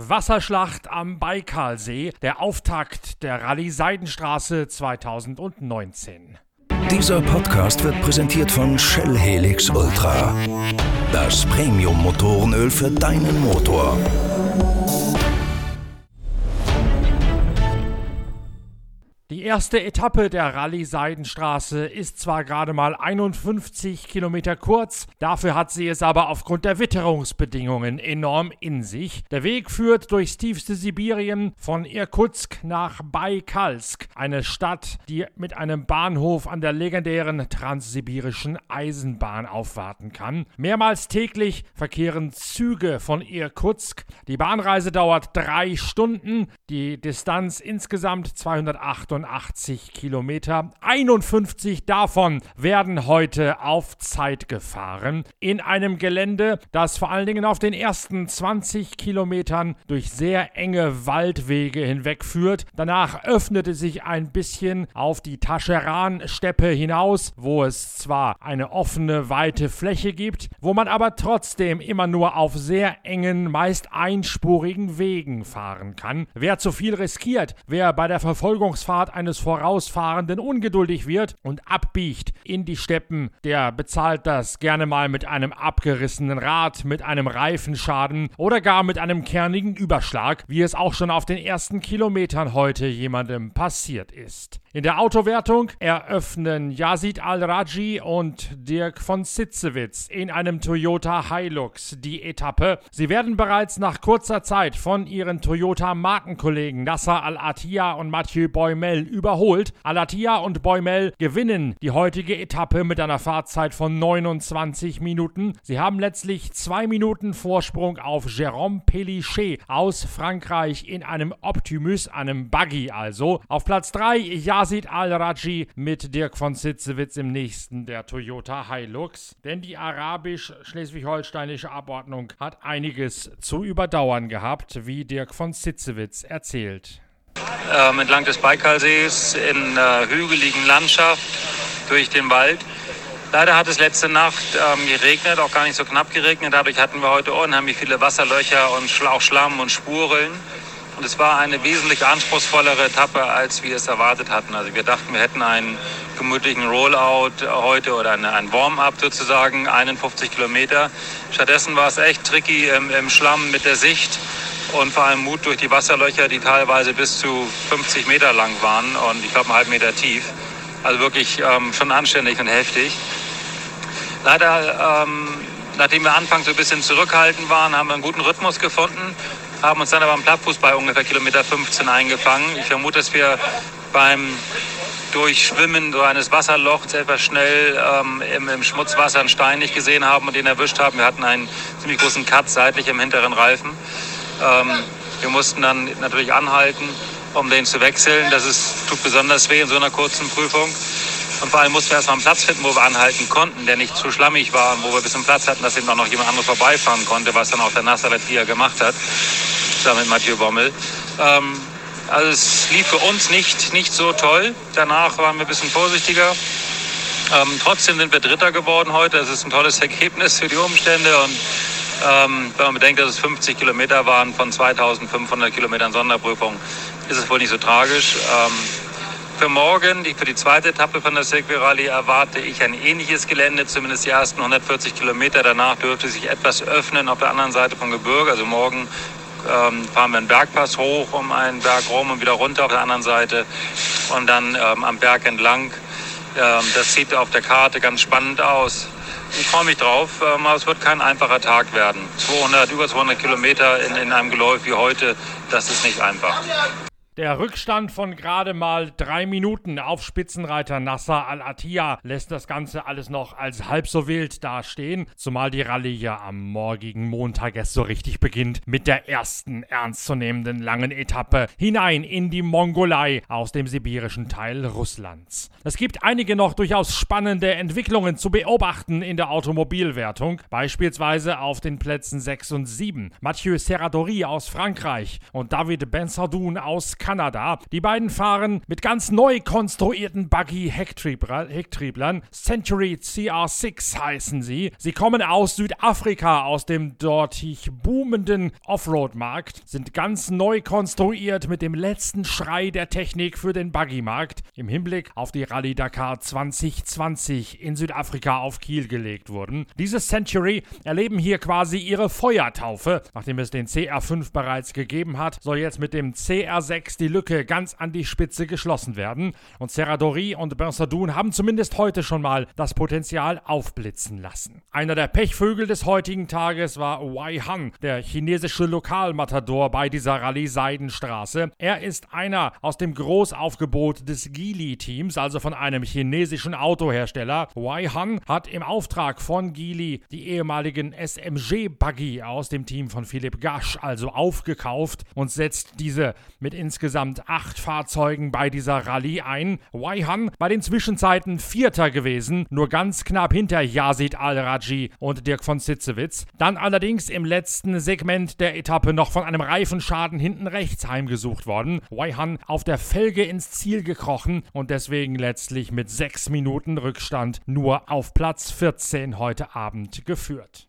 Wasserschlacht am Baikalsee, der Auftakt der Rallye Seidenstraße 2019. Dieser Podcast wird präsentiert von Shell Helix Ultra. Das Premium-Motorenöl für deinen Motor. Die erste Etappe der Rallye Seidenstraße ist zwar gerade mal 51 Kilometer kurz, dafür hat sie es aber aufgrund der Witterungsbedingungen enorm in sich. Der Weg führt durchs tiefste Sibirien von Irkutsk nach Baikalsk, eine Stadt, die mit einem Bahnhof an der legendären transsibirischen Eisenbahn aufwarten kann. Mehrmals täglich verkehren Züge von Irkutsk. Die Bahnreise dauert 3 Stunden, die Distanz insgesamt 288 Kilometer. 51 davon werden heute auf Zeit gefahren. In einem Gelände, das vor allen Dingen auf den ersten 20 Kilometern durch sehr enge Waldwege hinwegführt. Danach öffnete sich ein bisschen auf die Tascheran-Steppe hinaus, wo es zwar eine offene, weite Fläche gibt, wo man aber trotzdem immer nur auf sehr engen, meist einspurigen Wegen fahren kann. Wer zu viel riskiert, wer bei der Verfolgungsfahrt eines Vorausfahrenden ungeduldig wird und abbiegt in die Steppen, der bezahlt das gerne mal mit einem abgerissenen Rad, mit einem Reifenschaden oder gar mit einem kernigen Überschlag, wie es auch schon auf den ersten Kilometern heute jemandem passiert ist. In der Autowertung eröffnen Yazid Al-Raji und Dirk von Sitzewitz in einem Toyota Hilux die Etappe. Sie werden bereits nach kurzer Zeit von ihren Toyota-Markenkollegen Nasser Al-Attiyah und Mathieu Boimel überholt. Al-Attiyah und Boimel gewinnen die heutige Etappe mit einer Fahrzeit von 29 Minuten. Sie haben letztlich 2 Minuten Vorsprung auf Jérôme Pélichet aus Frankreich in einem Optimus, einem Buggy also. Auf Platz 3 Yazid Al-Raji mit Dirk von Sitzewitz im nächsten der Toyota Hilux. Denn die arabisch-schleswig-holsteinische Abordnung hat einiges zu überdauern gehabt, wie Dirk von Sitzewitz erzählt. Entlang des Baikalsees in hügeligen Landschaft durch den Wald. Leider hat es letzte Nacht geregnet, auch gar nicht so knapp geregnet. Dadurch hatten wir heute unheimlich viele Wasserlöcher und auch Schlamm und Spuren. Und es war eine wesentlich anspruchsvollere Etappe, als wir es erwartet hatten. Also wir dachten, wir hätten einen gemütlichen Rollout heute oder ein Warm-up sozusagen, 51 Kilometer. Stattdessen war es echt tricky im Schlamm mit der Sicht. Und vor allem Mut durch die Wasserlöcher, die teilweise bis zu 50 Meter lang waren und ich glaube einen halben Meter tief. Also wirklich schon anständig und heftig. Leider, nachdem wir anfangs so ein bisschen zurückhaltend waren, haben wir einen guten Rhythmus gefunden, haben uns dann aber am Plattfuß bei ungefähr Kilometer 15 eingefangen. Ich vermute, dass wir beim Durchschwimmen so eines Wasserlochs etwas schnell im Schmutzwasser einen Stein nicht gesehen haben und den erwischt haben. Wir hatten einen ziemlich großen Cut seitlich im hinteren Reifen. Wir mussten dann natürlich anhalten, um den zu wechseln. Tut besonders weh in so einer kurzen Prüfung. Und vor allem mussten wir erstmal einen Platz finden, wo wir anhalten konnten, der nicht zu schlammig war und wo wir ein bisschen Platz hatten, dass eben auch noch jemand anderes vorbeifahren konnte, was dann auch der Nasser Al-Attiyah gemacht hat, zusammen mit Mathieu Bommel. Also es lief für uns nicht so toll. Danach waren wir ein bisschen vorsichtiger. Trotzdem sind wir Dritter geworden heute. Das ist ein tolles Ergebnis für die Umstände. Und wenn man bedenkt, dass es 50 Kilometer waren von 2500 Kilometern Sonderprüfung, ist es wohl nicht so tragisch. Für morgen, für die zweite Etappe von der Circuit Rallye, erwarte ich ein ähnliches Gelände, zumindest die ersten 140 Kilometer. Danach dürfte sich etwas öffnen auf der anderen Seite vom Gebirge. Also morgen fahren wir einen Bergpass hoch, um einen Berg rum und wieder runter auf der anderen Seite und dann am Berg entlang. Das sieht auf der Karte ganz spannend aus. Ich freue mich drauf, aber es wird kein einfacher Tag werden. Über 200 Kilometer in einem Geläuf wie heute, das ist nicht einfach. Der Rückstand von gerade mal 3 Minuten auf Spitzenreiter Nasser Al-Attiyah lässt das Ganze alles noch als halb so wild dastehen, zumal die Rallye ja am morgigen Montag erst so richtig beginnt mit der ersten ernstzunehmenden langen Etappe hinein in die Mongolei aus dem sibirischen Teil Russlands. Es gibt einige noch durchaus spannende Entwicklungen zu beobachten in der Automobilwertung, beispielsweise auf den Plätzen 6 und 7. Mathieu Serradori aus Frankreich und David Ben Sadoun aus Kanada. Die beiden fahren mit ganz neu konstruierten Buggy-Hecktreblern. Century CR6 heißen sie. Sie kommen aus Südafrika, aus dem dortig boomenden Offroad-Markt, sind ganz neu konstruiert mit dem letzten Schrei der Technik für den Buggy-Markt im Hinblick auf die Rallye Dakar 2020 in Südafrika auf Kiel gelegt wurden. Diese Century erleben hier quasi ihre Feuertaufe. Nachdem es den CR5 bereits gegeben hat, soll jetzt mit dem CR6 die Lücke ganz an die Spitze geschlossen werden. Und Serradori und Ben-Sadoun haben zumindest heute schon mal das Potenzial aufblitzen lassen. Einer der Pechvögel des heutigen Tages war Wei Han, der chinesische Lokalmatador bei dieser Rallye Seidenstraße. Er ist einer aus dem Großaufgebot des Geely-Teams, also von einem chinesischen Autohersteller. Wei Han hat im Auftrag von Geely die ehemaligen SMG-Buggy aus dem Team von Philippe Gache also aufgekauft und setzt diese mit insgesamt 8 Fahrzeugen bei dieser Rallye ein. Wei Han bei den Zwischenzeiten Vierter gewesen, nur ganz knapp hinter Yazid Al-Raji und Dirk von Sitzewitz. Dann allerdings im letzten Segment der Etappe noch von einem Reifenschaden hinten rechts heimgesucht worden. Wei Han auf der Felge ins Ziel gekrochen und deswegen letztlich mit 6 Minuten Rückstand nur auf Platz 14 heute Abend geführt.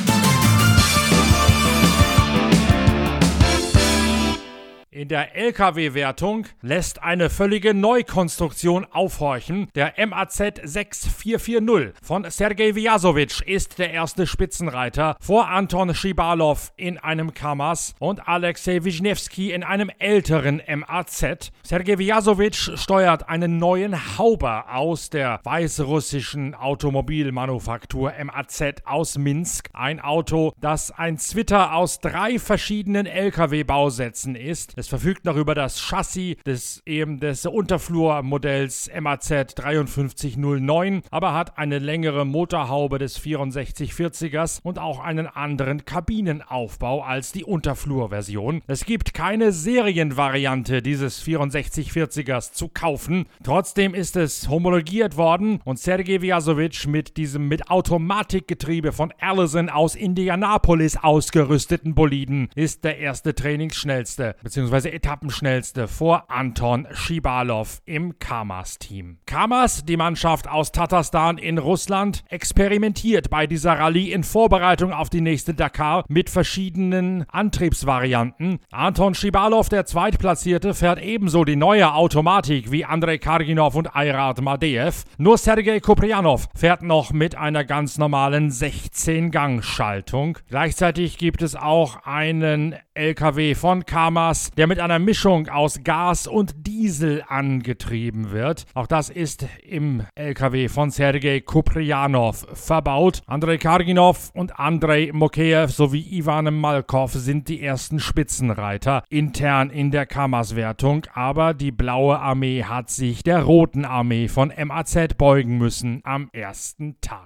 In der LKW-Wertung lässt eine völlige Neukonstruktion aufhorchen. Der MAZ 6440 von Sergej Vjasovic ist der erste Spitzenreiter vor Anton Schibalov in einem Kamaz und Alexei Wisniewski in einem älteren MAZ. Sergej Vjasovic steuert einen neuen Hauber aus der weißrussischen Automobilmanufaktur MAZ aus Minsk. Ein Auto, das ein Zwitter aus 3 verschiedenen LKW-Bausätzen ist. Es verfügt noch über das Chassis des Unterflurmodells MAZ 5309, aber hat eine längere Motorhaube des 6440ers und auch einen anderen Kabinenaufbau als die Unterflurversion. Es gibt keine Serienvariante dieses 6440ers zu kaufen. Trotzdem ist es homologiert worden und Sergej Vjasovic mit diesem mit Automatikgetriebe von Allison aus Indianapolis ausgerüsteten Boliden ist der erste Trainingsschnellste bzw. Etappenschnellste vor Anton Schibalov im Kamaz-Team. Kamaz, die Mannschaft aus Tatarstan in Russland, experimentiert bei dieser Rallye in Vorbereitung auf die nächste Dakar mit verschiedenen Antriebsvarianten. Anton Schibalov, der Zweitplatzierte, fährt ebenso die neue Automatik wie Andrei Karginov und Ayrat Madeev. Nur Sergej Kuprianov fährt noch mit einer ganz normalen 16-Gang-Schaltung. Gleichzeitig gibt es auch einen LKW von Kamaz, der mit einer Mischung aus Gas und Diesel angetrieben wird. Auch das ist im LKW von Sergej Kuprianov verbaut. Andrei Karginov und Andrei Mokeev sowie Ivan Malkov sind die ersten Spitzenreiter intern in der Kamaz-Wertung, aber die Blaue Armee hat sich der Roten Armee von MAZ beugen müssen am ersten Tag.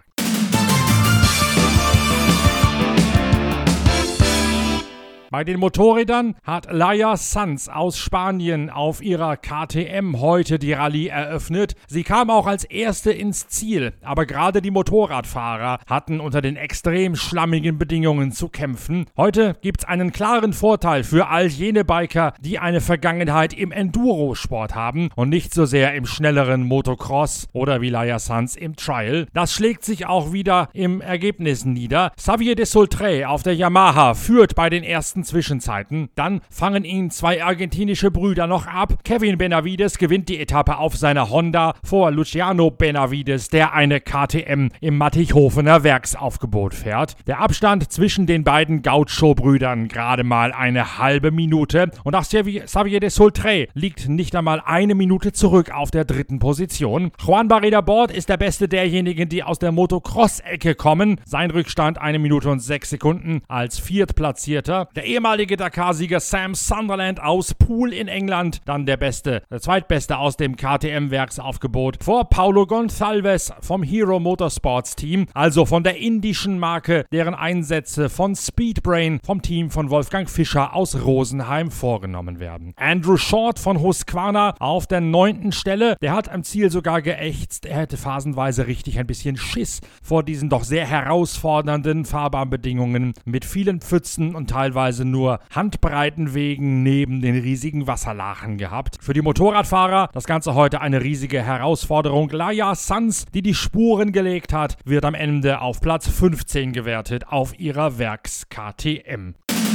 Bei den Motorrädern hat Laia Sanz aus Spanien auf ihrer KTM heute die Rallye eröffnet. Sie kam auch als erste ins Ziel, aber gerade die Motorradfahrer hatten unter den extrem schlammigen Bedingungen zu kämpfen. Heute gibt's einen klaren Vorteil für all jene Biker, die eine Vergangenheit im Enduro-Sport haben und nicht so sehr im schnelleren Motocross oder wie Laia Sanz im Trial. Das schlägt sich auch wieder im Ergebnis nieder. Xavier Desaultrés auf der Yamaha führt bei den ersten Zwischenzeiten. Dann fangen ihn 2 argentinische Brüder noch ab. Kevin Benavides gewinnt die Etappe auf seiner Honda vor Luciano Benavides, der eine KTM im Mattichhofener Werksaufgebot fährt. Der Abstand zwischen den beiden Gaucho-Brüdern gerade mal eine halbe Minute und auch Xavier Desaultrés liegt nicht einmal eine Minute zurück auf der 3. Position. Juan Barreda Bort ist der beste derjenigen, die aus der Motocross-Ecke kommen. Sein Rückstand 1 Minute und 6 Sekunden als Viertplatzierter. Der ehemalige Dakar-Sieger Sam Sunderland aus Poole in England, dann der zweitbeste aus dem KTM-Werksaufgebot vor Paulo Gonçalves vom Hero Motorsports Team, also von der indischen Marke, deren Einsätze von Speedbrain vom Team von Wolfgang Fischer aus Rosenheim vorgenommen werden. Andrew Short von Husqvarna auf der 9. Stelle, der hat am Ziel sogar geächtzt, er hätte phasenweise richtig ein bisschen Schiss vor diesen doch sehr herausfordernden Fahrbahnbedingungen mit vielen Pfützen und teilweise teilweise nur Handbreitenwegen neben den riesigen Wasserlachen gehabt. Für die Motorradfahrer das Ganze heute eine riesige Herausforderung. Laia Sanz, die Spuren gelegt hat, wird am Ende auf Platz 15 gewertet auf ihrer Werks-KTM.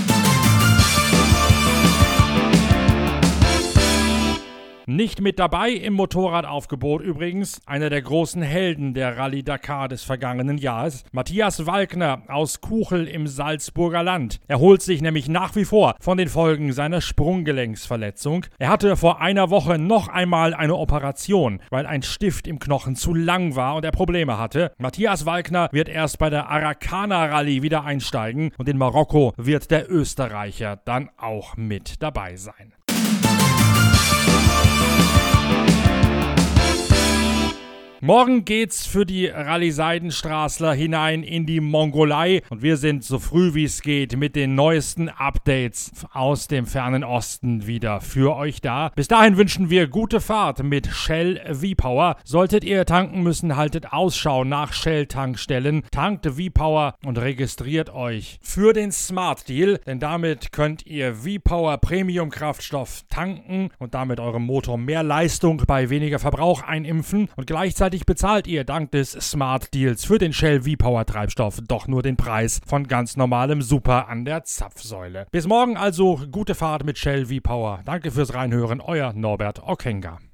Nicht mit dabei im Motorradaufgebot übrigens einer der großen Helden der Rallye Dakar des vergangenen Jahres, Matthias Walkner aus Kuchel im Salzburger Land. Er holt sich nämlich nach wie vor von den Folgen seiner Sprunggelenksverletzung. Er hatte vor einer Woche noch einmal eine Operation, weil ein Stift im Knochen zu lang war und er Probleme hatte. Matthias Walkner wird erst bei der Araucana Rallye wieder einsteigen und in Marokko wird der Österreicher dann auch mit dabei sein. Morgen geht's für die Rallye-Seidenstraßler hinein in die Mongolei und wir sind so früh wie es geht mit den neuesten Updates aus dem fernen Osten wieder für euch da. Bis dahin wünschen wir gute Fahrt mit Shell V-Power. Solltet ihr tanken müssen, haltet Ausschau nach Shell-Tankstellen, tankt V-Power und registriert euch für den Smart Deal, denn damit könnt ihr V-Power Premium-Kraftstoff tanken und damit eurem Motor mehr Leistung bei weniger Verbrauch einimpfen und gleichzeitig bezahlt ihr dank des Smart Deals für den Shell V-Power Treibstoff doch nur den Preis von ganz normalem Super an der Zapfsäule. Bis morgen also gute Fahrt mit Shell V-Power. Danke fürs Reinhören, euer Norbert Okenga.